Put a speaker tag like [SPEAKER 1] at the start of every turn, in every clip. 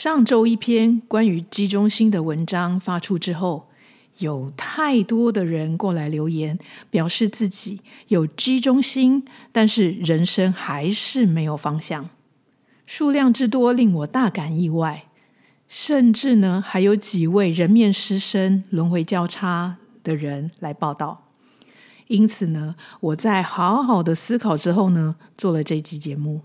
[SPEAKER 1] 上周一篇关于集中心的文章发出之后，有太多的人过来留言，表示自己有集中心，但是人生还是没有方向。数量之多令我大感意外，甚至呢还有几位人面狮身、轮回交叉的人来报道。因此呢，我在好好的思考之后呢，做了这期节目。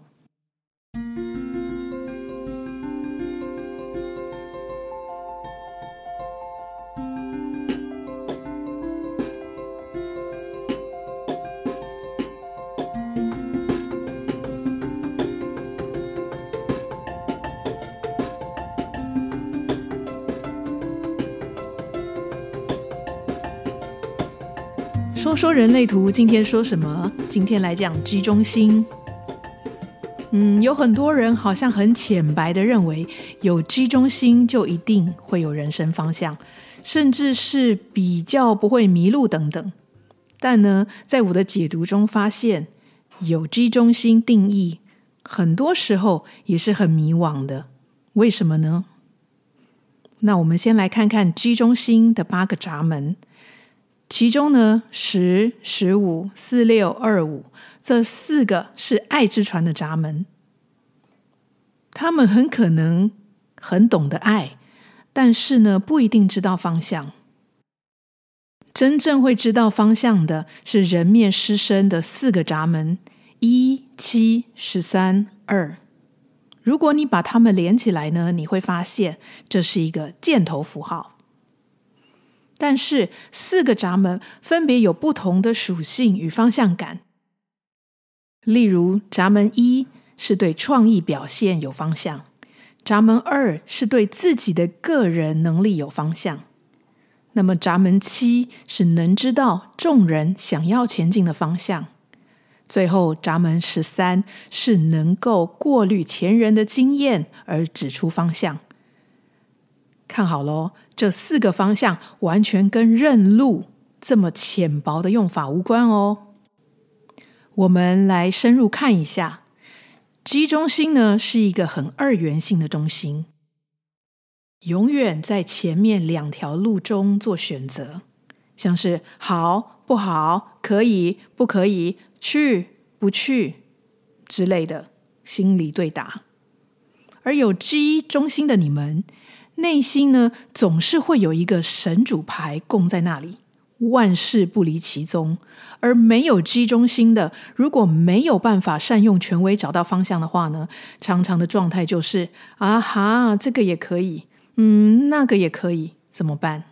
[SPEAKER 1] 说说人类图，今天说什么？今天来讲集中心。有很多人好像很浅白的认为有集中心就一定会有人生方向，甚至是比较不会迷路等等。但呢，在我的解读中发现，有集中心定义很多时候也是很迷惘的。为什么呢？那我们先来看看集中心的8个闸门。其中呢，10、15、46、25这4个是爱之船的闸门。他们很可能很懂得爱，但是呢，不一定知道方向。真正会知道方向的是人面狮身的4个闸门：1、7、13、2。如果你把它们连起来呢，你会发现这是一个箭头符号。但是4个闸门分别有不同的属性与方向感。例如闸门1是对创意表现有方向，闸门2是对自己的个人能力有方向，那么闸门7是能知道众人想要前进的方向，最后闸门13是能够过滤前人的经验而指出方向。看好咯，这4个方向完全跟认路这么浅薄的用法无关哦。我们来深入看一下，集中心呢是一个很二元性的中心，永远在前面2条路中做选择，像是好不好、可以不可以、去不去之类的心理对答。而有集中心的你们，内心呢总是会有一个神主牌供在那里，万事不离其宗。而没有集中心的，如果没有办法善用权威找到方向的话呢，常常的状态就是这个也可以，那个也可以，怎么办？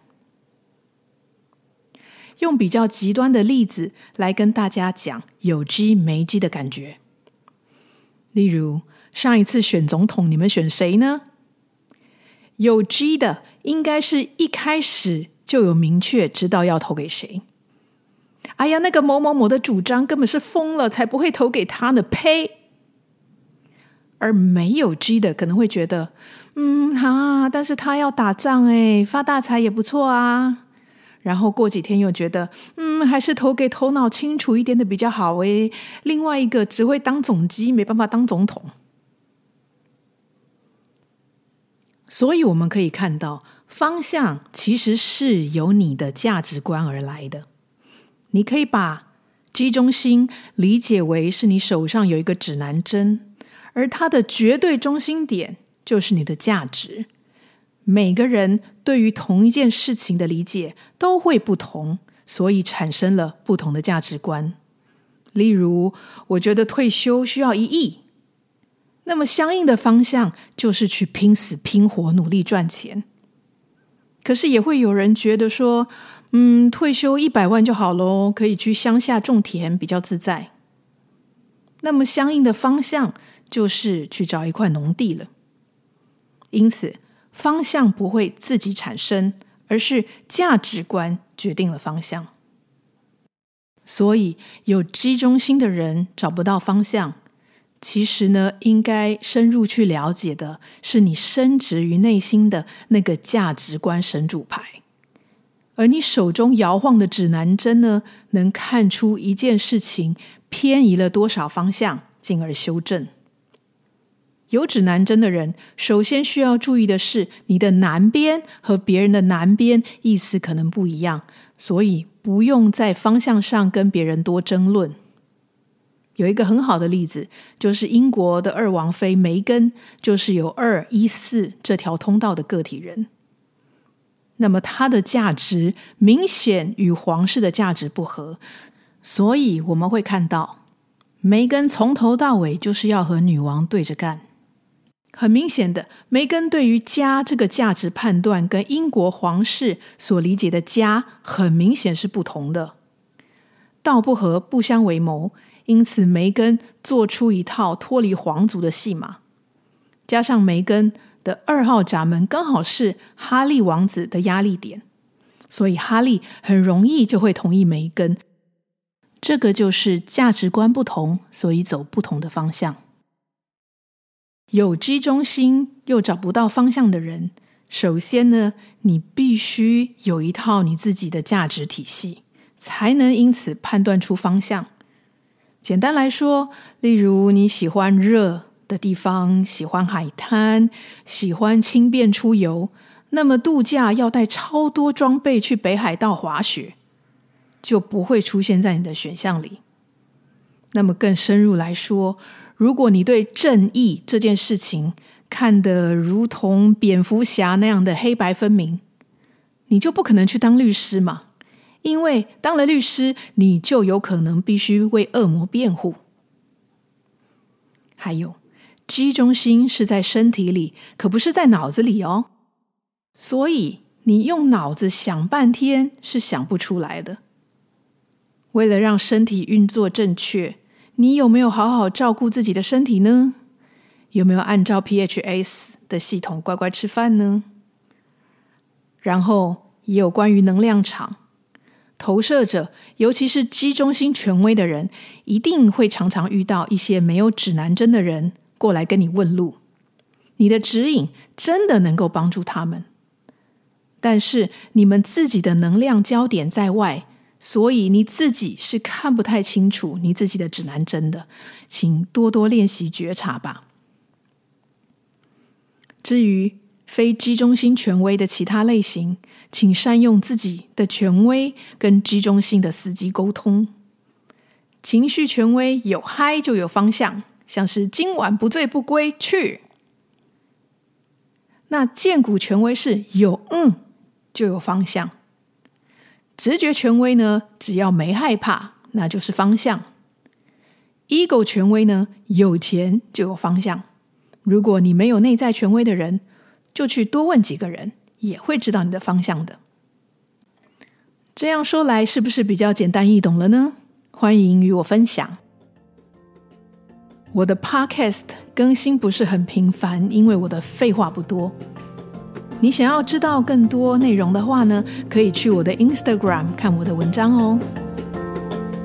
[SPEAKER 1] 用比较极端的例子来跟大家讲有机没机的感觉。例如上一次选总统，你们选谁呢？有机的应该是一开始就有明确知道要投给谁。哎呀，那个某某某的主张根本是疯了，才不会投给他呢，呸！而没有机的可能会觉得，但是他要打仗发大财也不错啊。然后过几天又觉得，还是投给头脑清楚一点的比较好另外一个只会当总机，没办法当总统。所以我们可以看到，方向其实是由你的价值观而来的。你可以把集中心理解为是你手上有一个指南针，而它的绝对中心点就是你的价值。每个人对于同一件事情的理解都会不同，所以产生了不同的价值观。例如，我觉得退休需要1亿，那么相应的方向就是去拼死拼活努力赚钱。可是也会有人觉得说，退休100万就好咯，可以去乡下种田比较自在。那么相应的方向就是去找一块农地了。因此方向不会自己产生，而是价值观决定了方向。所以有集中心的人找不到方向，其实呢，应该深入去了解的是你深植于内心的那个价值观神主牌。而你手中摇晃的指南针呢，能看出一件事情偏移了多少方向，进而修正。 有指南针的人，首先需要注意的是，你的南边和别人的南边意思可能不一样，所以不用在方向上跟别人多争论。有一个很好的例子，就是英国的2王妃梅根，就是有2、1、4这条通道的个体人。那么她的价值明显与皇室的价值不合，所以我们会看到梅根从头到尾就是要和女王对着干。很明显的，梅根对于家这个价值判断跟英国皇室所理解的家很明显是不同的。道不合不相为谋，因此梅根做出一套脱离皇族的戏码。加上梅根的2号闸门刚好是哈利王子的压力点，所以哈利很容易就会同意梅根。这个就是价值观不同，所以走不同的方向。有 G 中心又找不到方向的人，首先呢，你必须有一套你自己的价值体系，才能因此判断出方向。简单来说，例如你喜欢热的地方，喜欢海滩，喜欢轻便出游，那么度假要带超多装备去北海道滑雪，就不会出现在你的选项里。那么更深入来说，如果你对正义这件事情看得如同蝙蝠侠那样的黑白分明，你就不可能去当律师嘛，因为当了律师，你就有可能必须为恶魔辩护。还有 G 中心是在身体里，可不是在脑子里哦，所以你用脑子想半天是想不出来的。为了让身体运作正确，你有没有好好照顾自己的身体呢？有没有按照 PHS 的系统乖乖吃饭呢？然后也有关于能量场。投射者，尤其是 G 中心权威的人，一定会常常遇到一些没有指南针的人过来跟你问路。你的指引真的能够帮助他们，但是你们自己的能量焦点在外，所以你自己是看不太清楚你自己的指南针的，请多多练习觉察吧。至于非 G 中心权威的其他类型，请善用自己的权威跟 G 中心的司机沟通。情绪权威有嗨就有方向，像是今晚不醉不归去。那荐股权威是有就有方向。直觉权威呢，只要没害怕，那就是方向。Ego 权威呢，有钱就有方向。如果你没有内在权威的人，就去多问几个人，也会知道你的方向的。这样说来，是不是比较简单易懂了呢？欢迎与我分享。我的 Podcast 更新不是很频繁，因为我的废话不多。你想要知道更多内容的话呢，可以去我的 Instagram 看我的文章哦。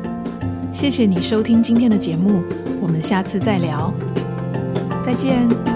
[SPEAKER 1] 谢谢你收听今天的节目，我们下次再聊。再见。